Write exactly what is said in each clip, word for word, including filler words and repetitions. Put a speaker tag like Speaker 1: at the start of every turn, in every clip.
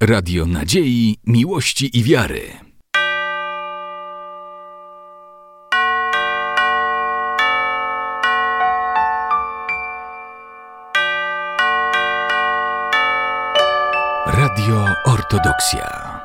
Speaker 1: Radio nadziei, miłości i wiary. Radio Ortodoksja.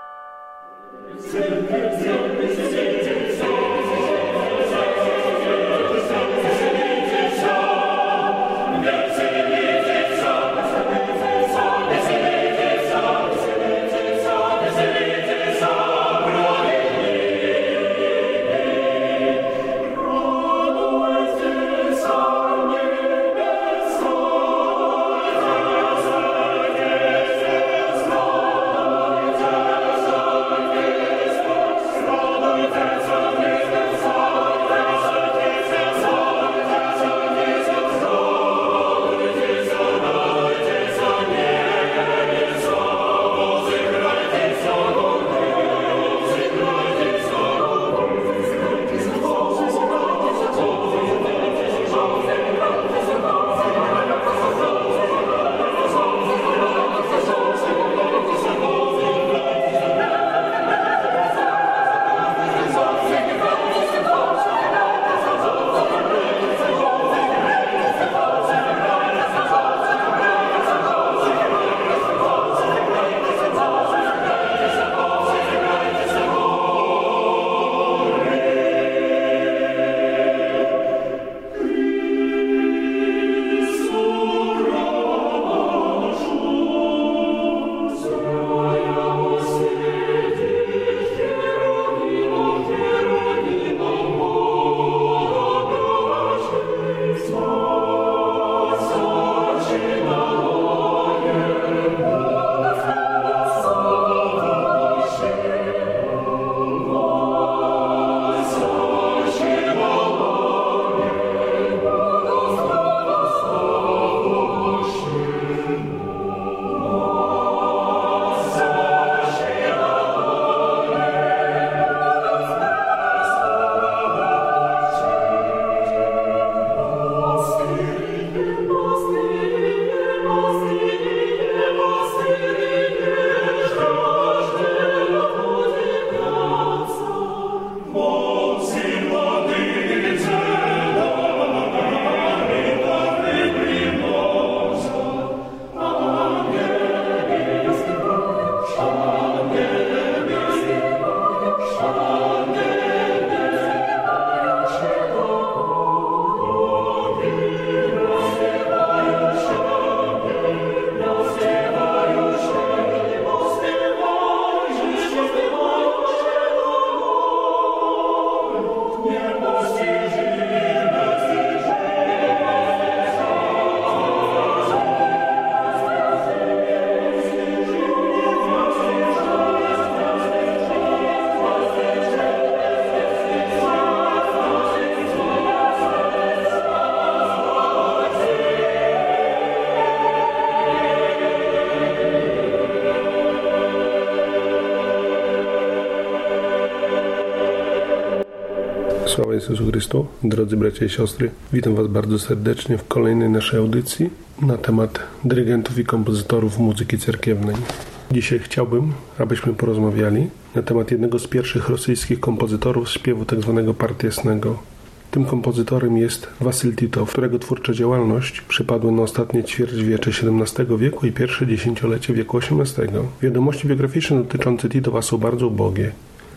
Speaker 2: Sława Jezusu Chrystu, drodzy bracia i siostry, witam Was bardzo serdecznie w kolejnej naszej audycji na temat dyrygentów i kompozytorów muzyki cerkiewnej. Dzisiaj chciałbym, abyśmy porozmawiali na temat jednego z pierwszych rosyjskich kompozytorów śpiewu tzw. partiesnego. Tym kompozytorem jest Wasyl Titow, którego twórcza działalność przypadła na ostatnie ćwierćwiecze siedemnastego wieku i pierwsze dziesięciolecie wieku osiemnastego. Wiadomości biograficzne dotyczące Titowa są bardzo ubogie.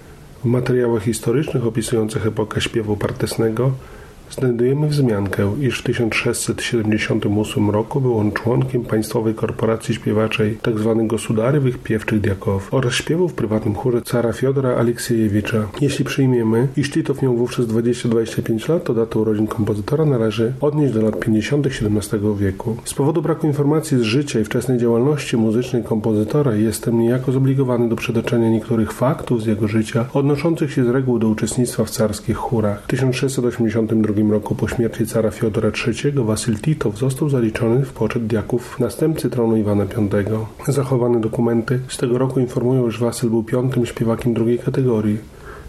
Speaker 2: W materiałach historycznych opisujących epokę śpiewu partiesnego znajdujemy wzmiankę, iż w tysiąc sześćset siedemdziesiątym ósmym roku był on członkiem Państwowej Korporacji Śpiewaczej tzw. Gosudarywych Piewczych Diaków oraz śpiewał w prywatnym chórze cara Fiodora Aleksiejewicza. Jeśli przyjmiemy, iż Titow miał wówczas dwadzieścia do dwudziestu pięciu lat, to datę urodzin kompozytora należy odnieść do lat pięćdziesiątych siedemnastego wieku. Z powodu braku informacji z życia i wczesnej działalności muzycznej kompozytora jestem niejako zobligowany do przytoczenia niektórych faktów z jego życia, odnoszących się z reguły do uczestnictwa w carskich chórach. W tysiąc sześćset osiemdziesiątym drugim roku po śmierci cara Fiodora trzeciego Wasyl Titow został zaliczony w poczet diaków następcy tronu Iwana piątego. Zachowane dokumenty z tego roku informują, że Wasyl był piątym śpiewakiem drugiej kategorii.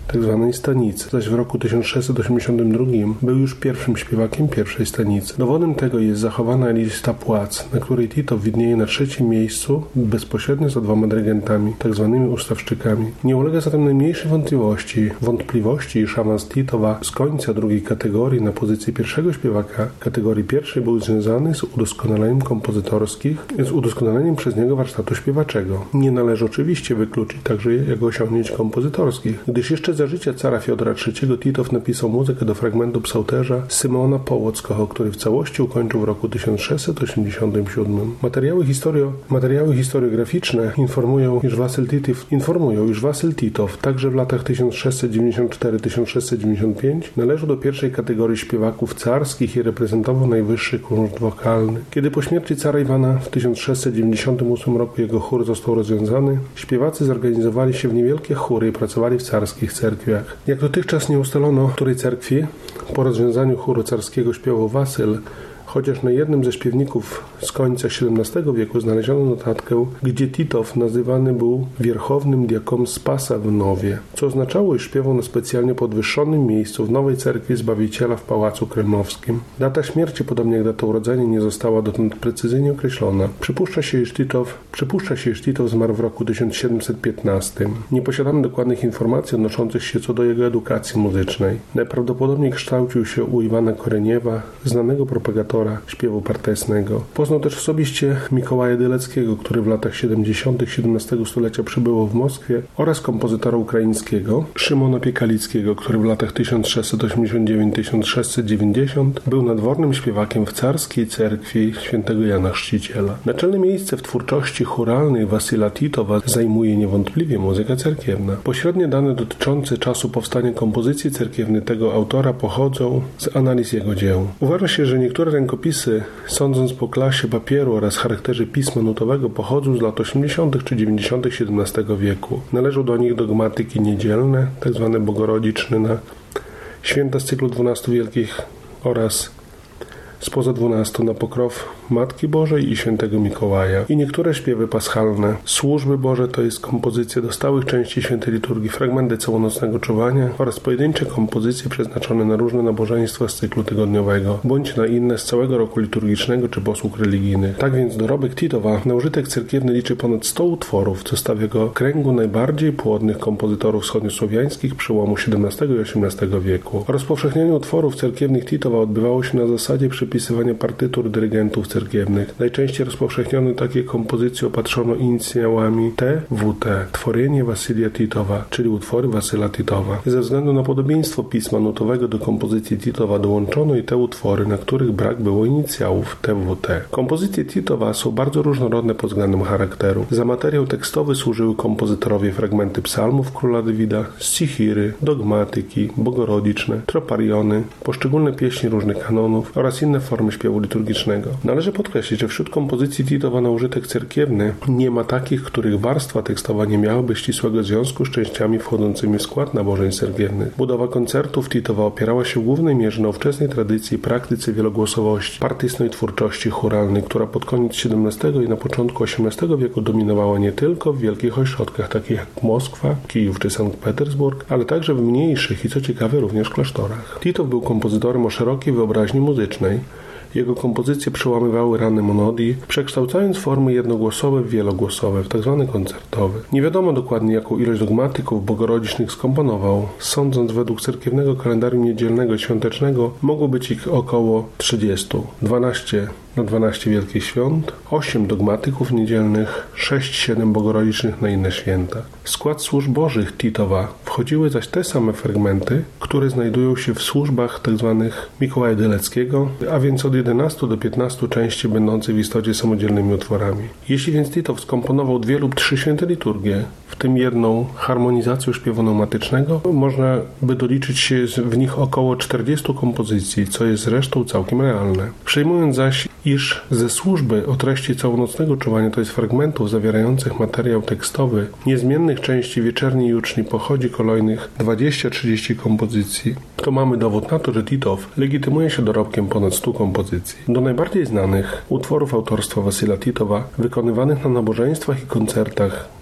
Speaker 2: tzw. stanicy, zaś w roku tysiąc sześćset osiemdziesiątym drugim był już pierwszym śpiewakiem pierwszej stanicy. Dowodem tego jest zachowana lista płac, na której Titow widnieje na trzecim miejscu bezpośrednio za dwoma dyrygentami, tzw. ustawczykami. Nie ulega zatem najmniejszej wątpliwości, wątpliwości, iż awans Titowa z końca drugiej kategorii na pozycję pierwszego śpiewaka kategorii pierwszej był związany z udoskonaleniem kompozytorskich, z udoskonaleniem przez niego warsztatu śpiewaczego. Nie należy oczywiście wykluczyć także jego osiągnięć kompozytorskich, gdyż jeszcze za życia cara Fiodora trzeciego Titow napisał muzykę do fragmentu psałterza Symeona Połockiego, który w całości ukończył w roku tysiąc sześćset osiemdziesiątym siódmym. Materiały, historio, materiały historiograficzne informują, iż Wasyl Titow, informują, iż Wasyl Titow także w latach tysiąc sześćset dziewięćdziesiąt cztery do tysiąc sześćset dziewięćdziesiąt pięć należał do pierwszej kategorii śpiewaków carskich i reprezentował najwyższy kunszt wokalny. Kiedy po śmierci cara Iwana w tysiąc sześćset dziewięćdziesiątym ósmym roku jego chór został rozwiązany, śpiewacy zorganizowali się w niewielkie chóry i pracowali w carskich cerkwiach. Jak dotychczas nie ustalono, w której cerkwi po rozwiązaniu chóru carskiego śpiewał Wasyl, chociaż na jednym ze śpiewników z końca siedemnastego wieku znaleziono notatkę, gdzie Titow nazywany był wierchownym diakom Spasa w Nowie, co oznaczało, iż śpiewał na specjalnie podwyższonym miejscu w nowej cerkwi Zbawiciela w Pałacu Kremlowskim. Data śmierci, podobnie jak data urodzenia, nie została dotąd precyzyjnie określona. Przypuszcza się, iż Titow, przypuszcza się, iż Titow zmarł w roku tysiąc siedemset piętnastym. Nie posiadamy dokładnych informacji odnoszących się co do jego edukacji muzycznej. Najprawdopodobniej kształcił się u Iwana Koreniewa, znanego propagatora śpiewu partesnego. Poznał też osobiście Mikołaja Dyleckiego, który w latach siedemdziesiątych siedemnastego stulecia przybywał w Moskwie, oraz kompozytora ukraińskiego Szymona Piekalickiego, który w latach tysiąc sześćset osiemdziesiąt dziewięć do tysiąc sześćset dziewięćdziesiąt był nadwornym śpiewakiem w carskiej cerkwi świętego Jana Chrzciciela. Naczelne miejsce w twórczości chóralnej Wasyla Titowa zajmuje niewątpliwie muzyka cerkiewna. Pośrednie dane dotyczące czasu powstania kompozycji cerkiewnej tego autora pochodzą z analiz jego dzieł. Uważa się, że niektóre rękopisy Pisy, sądząc po klasie papieru oraz charakterze pisma nutowego, pochodzą z lat osiemdziesiątych czy dziewięćdziesiątych siedemnastego wieku. Należą do nich dogmatyki niedzielne, tzw. bogorodziczne, święta z cyklu dwunastu wielkich oraz spoza dwunastu na pokrów Matki Bożej i Świętego Mikołaja i niektóre śpiewy paschalne. Służby Boże to jest kompozycje do stałych części świętej liturgii, fragmenty całonocnego czuwania oraz pojedyncze kompozycje przeznaczone na różne nabożeństwa z cyklu tygodniowego, bądź na inne z całego roku liturgicznego czy posług religijnych. Tak więc dorobek Titowa na użytek cerkiewny liczy ponad sto utworów, co stawia go w kręgu najbardziej płodnych kompozytorów wschodniosłowiańskich przełomu siedemnastego i osiemnastego wieku. Rozpowszechnianie utworów cerkiewnych Titowa odbywało się na zasadzie przypisywania partytur dyrygentów cerkiewnych. Najczęściej rozpowszechnione takie kompozycje opatrzono inicjałami T W T, Tworzenie Wasylia Titowa, czyli utwory Wasyla Titowa. Ze względu na podobieństwo pisma nutowego do kompozycji Titowa dołączono i te utwory, na których brak było inicjałów T W T. Kompozycje Titowa są bardzo różnorodne pod względem charakteru. Za materiał tekstowy służyły kompozytorowie fragmenty psalmów króla Dawida, stichiry, dogmatyki, bogorodziczne, tropariony, poszczególne pieśni różnych kanonów oraz inne formy śpiewu liturgicznego. Należy podkreślić, że wśród kompozycji Titowa na użytek cerkiewny nie ma takich, których warstwa tekstowa nie miałaby ścisłego związku z częściami wchodzącymi w skład nabożeństw cerkiewnych. Budowa koncertów Titowa opierała się w głównej mierze na ówczesnej tradycji i praktyce wielogłosowości, partystnej twórczości chóralnej, która pod koniec siedemnastego i na początku osiemnastego wieku dominowała nie tylko w wielkich ośrodkach takich jak Moskwa, Kijów czy Sankt Petersburg, ale także w mniejszych i co ciekawe również klasztorach. Titow był kompozytorem o szerokiej wyobraźni muzycznej. Jego kompozycje przełamywały ramy monodii, przekształcając formy jednogłosowe w wielogłosowe, w tzw. koncertowe. Nie wiadomo dokładnie, jaką ilość dogmatyków bogorodzicznych skomponował. Sądząc według cerkiewnego kalendarium niedzielnego i świątecznego, mogło być ich około trzydziestu. dwanaście na dwanaście wielkich świąt, osiem dogmatyków niedzielnych, sześć siedem bogorodzicznych na inne święta. W skład służb bożych Titowa wchodziły zaś te same fragmenty, które znajdują się w służbach tzw. Mikołaja Dyleckiego, a więc od jedenastu do piętnastu części będących w istocie samodzielnymi utworami. Jeśli więc Titow skomponował dwie lub trzy święte liturgie, w tym jedną harmonizację śpiewu pneumatycznego, można by doliczyć się w nich około czterdziestu kompozycji, co jest zresztą całkiem realne. Przyjmując zaś, iż ze służby o treści całonocnego czuwania, to jest fragmentów zawierających materiał tekstowy, niezmiennych części wieczerniej i juczni pochodzi kolejnych dwadzieścia trzydzieści kompozycji, to mamy dowód na to, że Titow legitymuje się dorobkiem ponad stu kompozycji. Do najbardziej znanych utworów autorstwa Wasyla Titowa, wykonywanych na nabożeństwach i koncertach,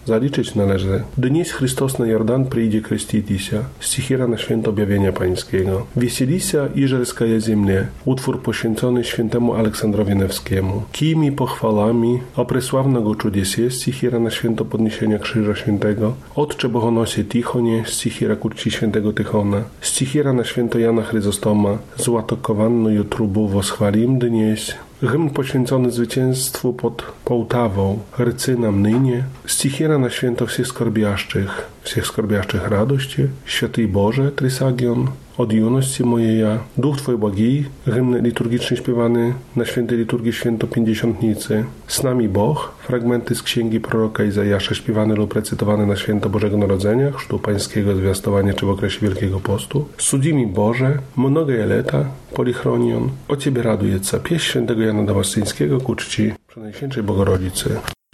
Speaker 2: Zaliczyć należy Dniś Chrystos na Jordan przyjdzie krestitися, stichira na święto objawienia pańskiego. Wieselisia Iżerskaja ziemie, utwór poświęcony świętemu Aleksandrowi Newskiemu. Kimi pochwalami o presławnego czudiesie, stichira na święto podniesienia krzyża świętego. Otcze Bohonosie Tichonie, stichira ku czci świętego Tychona. Stichira na święto Jana Chryzostoma, złatokowanno jutrubu woschwalim dnieś. Hymn poświęcony zwycięstwu pod Połtawą, rcy nam nynie, stichira na święto всех skorbiaszczych, всех skorbiaszczych radości, święty Boże, Trysagion, od juności mojej ja, Duch Twój błagi, hymn liturgiczny śpiewany na świętej liturgii święto Pięćdziesiątnicy, z nami Boh, fragmenty z księgi proroka Izajasza śpiewane lub recytowane na święto Bożego Narodzenia, chrztu pańskiego, zwiastowania czy w okresie Wielkiego Postu, Sudzi Boże, mnogie lata, Polichronion, o Ciebie radujется, pieśń świętego Jana Damasceńskiego ku czci Przenajświętszej Bogorodzicy.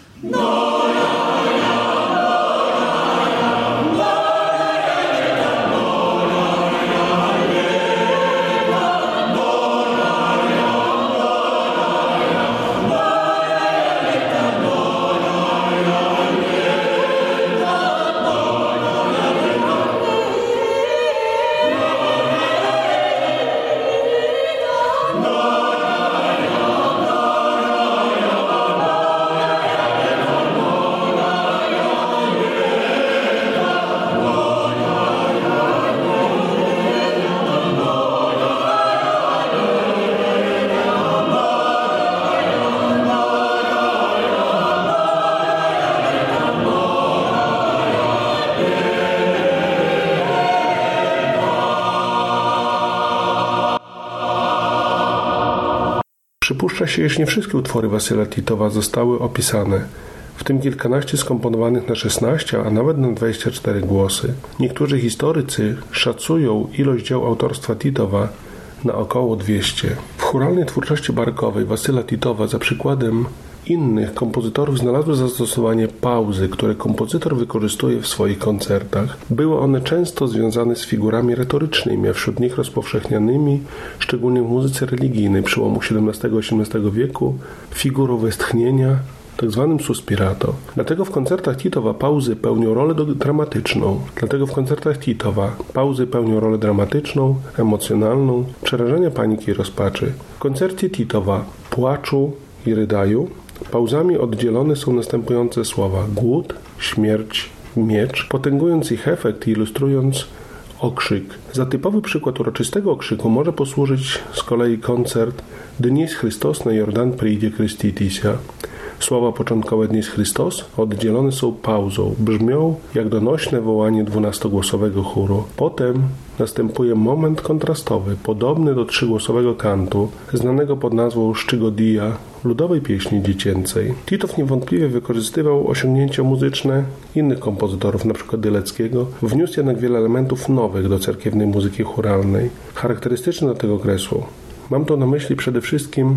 Speaker 2: Przypuszcza się, iż nie wszystkie utwory Wasyla Titowa zostały opisane, w tym kilkanaście skomponowanych na szesnaście, a nawet na dwadzieścia cztery głosy. Niektórzy historycy szacują ilość dzieł autorstwa Titowa na około dwieście. W chóralnej twórczości barokowej Wasyla Titowa za przykładem innych kompozytorów znalazły zastosowanie pauzy, które kompozytor wykorzystuje w swoich koncertach. Były one często związane z figurami retorycznymi, a wśród nich rozpowszechnianymi, szczególnie w muzyce religijnej przełomu siedemnastego do osiemnastego wieku, figurą westchnienia, tzw. suspirato. Dlatego w koncertach Titowa pauzy pełnią rolę dramatyczną. Dlatego w koncertach Titowa pauzy pełnią rolę dramatyczną, emocjonalną, przerażenia, paniki i rozpaczy. W koncercie Titowa płaczu i rydaju pauzami oddzielone są następujące słowa: głód, śmierć, miecz, potęgując ich efekt i ilustrując okrzyk. Za typowy przykład uroczystego okrzyku może posłużyć z kolei koncert Dniś Chrystos na Jordan przyjdzie krestitися. Słowa początkowe Dniś Chrystos oddzielone są pauzą, brzmią jak donośne wołanie dwunastogłosowego chóru. Potem następuje moment kontrastowy, podobny do trzygłosowego kantu, znanego pod nazwą Szczygodija, ludowej pieśni dziecięcej. Titow niewątpliwie wykorzystywał osiągnięcia muzyczne innych kompozytorów, np. Dyleckiego, wniósł jednak wiele elementów nowych do cerkiewnej muzyki chóralnej, charakterystyczne dla tego okresu. Mam tu na myśli przede wszystkim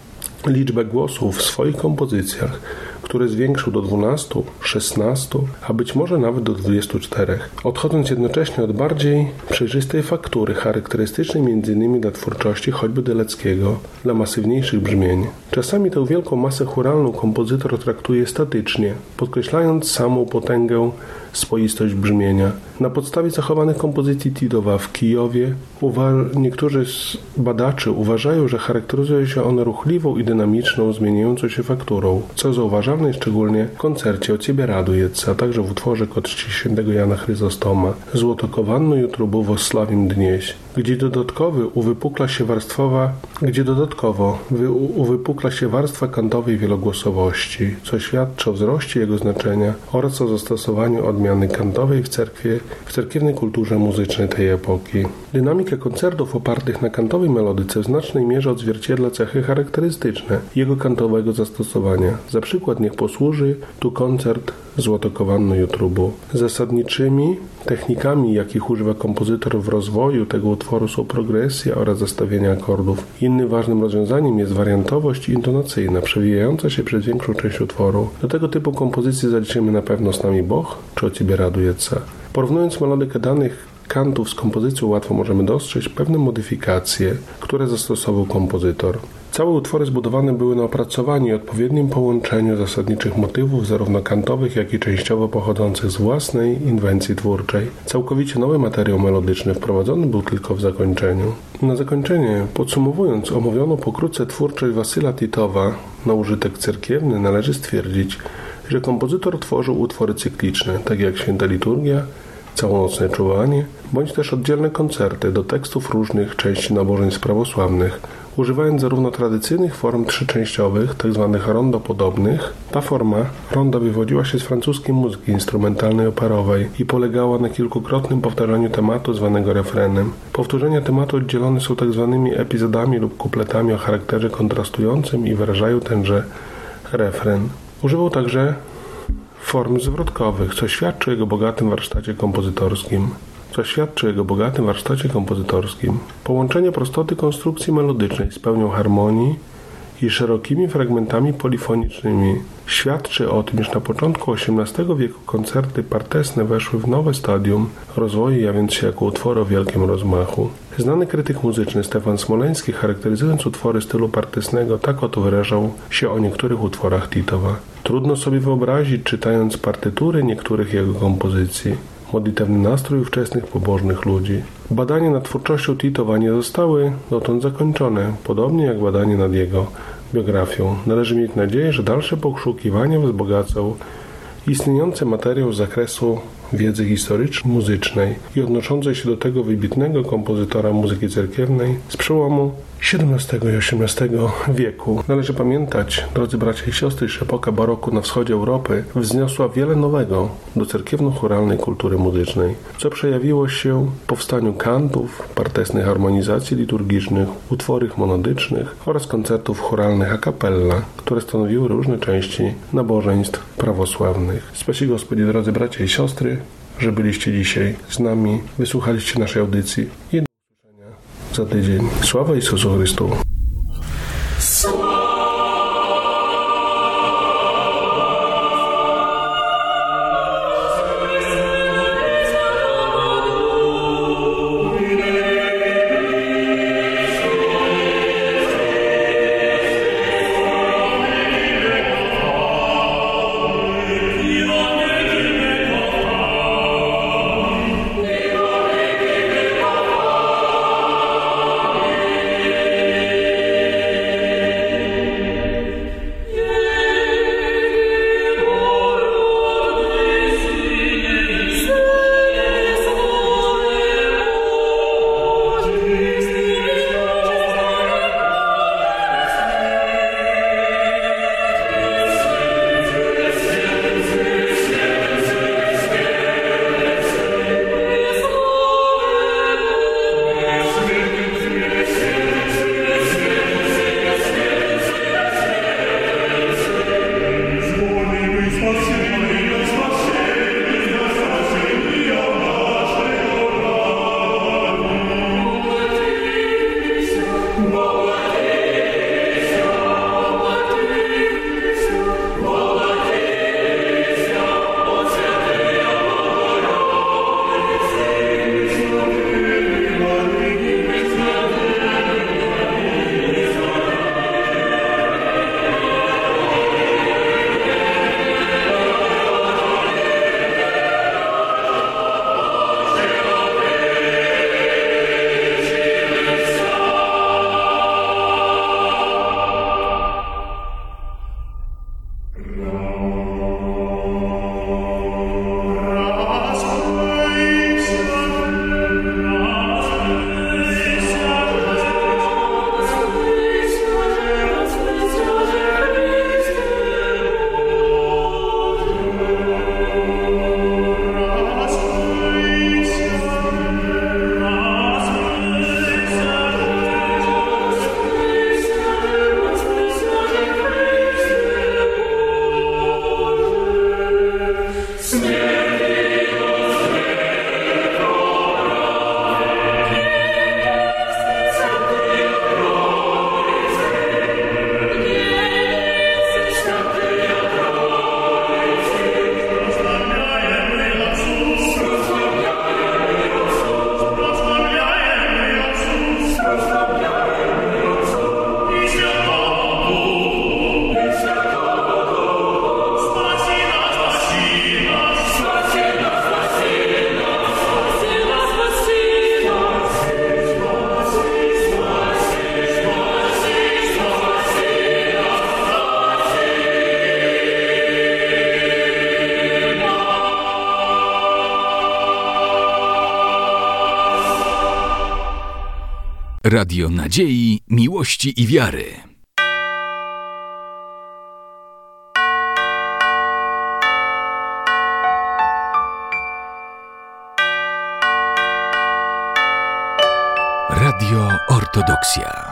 Speaker 2: liczbę głosów w swoich kompozycjach, które zwiększył do dwunastu, szesnastu, a być może nawet do dwudziestu czterech, odchodząc jednocześnie od bardziej przejrzystej faktury, charakterystycznej między innymi dla twórczości choćby Dyleckiego, dla masywniejszych brzmień. Czasami tę wielką masę chóralną kompozytor traktuje statycznie, podkreślając samą potęgę, swoistość brzmienia. Na podstawie zachowanych kompozycji Titowa w Kijowie uwa- niektórzy z badaczy uważają, że charakteryzuje się one ruchliwą i dynamiczną, zmieniającą się fakturą, co zauważalne szczególnie w koncercie O Ciebie radujется, a także w utworze ku czci świętego Jana Chryzostoma Złotokowanno jutrubu wossławim dnieś, gdzie dodatkowy uwypukla się warstwowa, gdzie dodatkowo wy, uwypukla się warstwa kantowej wielogłosowości, co świadczy o wzroście jego znaczenia oraz o zastosowaniu odmiany kantowej w cerkwie, w cerkiewnej kulturze muzycznej tej epoki. Dynamika koncertów opartych na kantowej melodyce w znacznej mierze odzwierciedla cechy charakterystyczne jego kantowego zastosowania. Za przykład niech posłuży tu koncert Złotokowanno jutrubu. Zasadniczymi technikami, jakich używa kompozytor w rozwoju tego utworu, są progresja oraz zestawienie akordów. Innym ważnym rozwiązaniem jest wariantowość intonacyjna, przewijająca się przez większą część utworu. Do tego typu kompozycji zaliczymy na pewno Z nami Boh czy O Ciebie radujется. Porównując melodykę danych kantów z kompozycją, łatwo możemy dostrzec pewne modyfikacje, które zastosował kompozytor. Całe utwory zbudowane były na opracowaniu i odpowiednim połączeniu zasadniczych motywów, zarówno kantowych, jak i częściowo pochodzących z własnej inwencji twórczej. Całkowicie nowy materiał melodyczny wprowadzony był tylko w zakończeniu. Na zakończenie, podsumowując omówioną pokrótce twórczość Wasyla Titowa na użytek cerkiewny, należy stwierdzić, że kompozytor tworzył utwory cykliczne, tak jak Święta Liturgia, Całonocne Czuwanie, bądź też oddzielne koncerty do tekstów różnych części nabożeństw prawosławnych, używając zarówno tradycyjnych form trzyczęściowych, tzw. rondopodobnych. Ta forma, ronda, wywodziła się z francuskiej muzyki instrumentalnej operowej i polegała na kilkukrotnym powtarzaniu tematu zwanego refrenem. Powtórzenia tematu oddzielone są tzw. epizodami lub kupletami o charakterze kontrastującym i wyrażają tenże refren. Używał także form zwrotkowych, co świadczy o jego bogatym warsztacie kompozytorskim. Co świadczy o jego bogatym warsztacie kompozytorskim. Połączenie prostoty konstrukcji melodycznej z pełnią harmonii i szerokimi fragmentami polifonicznymi świadczy o tym, iż na początku osiemnastego wieku koncerty partesne weszły w nowe stadium rozwoju, jawiąc się jako utwory o wielkim rozmachu. Znany krytyk muzyczny Stefan Smoleński, charakteryzując utwory stylu partesnego, tak oto wyrażał się o niektórych utworach Titowa. Trudno sobie wyobrazić, czytając partytury niektórych jego kompozycji, modlitewny nastrój ówczesnych pobożnych ludzi. Badania nad twórczością Titowa nie zostały dotąd zakończone, podobnie jak badanie nad jego biografią. Należy mieć nadzieję, że dalsze poszukiwania wzbogacą istniejący materiał z zakresu wiedzy historyczno-muzycznej i odnoszącej się do tego wybitnego kompozytora muzyki cerkiewnej z przełomu siedemnastego i osiemnastego wieku. Należy pamiętać, drodzy bracia i siostry, iż epoka baroku na wschodzie Europy wzniosła wiele nowego do cerkiewno-chóralnej kultury muzycznej, co przejawiło się w powstaniu kantów, partesnych harmonizacji liturgicznych, utworów monodycznych oraz koncertów chóralnych a cappella, które stanowiły różne części nabożeństw prawosławnych. Spasi Gospodzie, drodzy bracia i siostry, że byliście dzisiaj z nami, wysłuchaliście naszej audycji i do usłyszenia za tydzień. Sława Jezusu Chrystu!
Speaker 1: Radio nadziei, miłości i wiary. Radio Ortodoksja.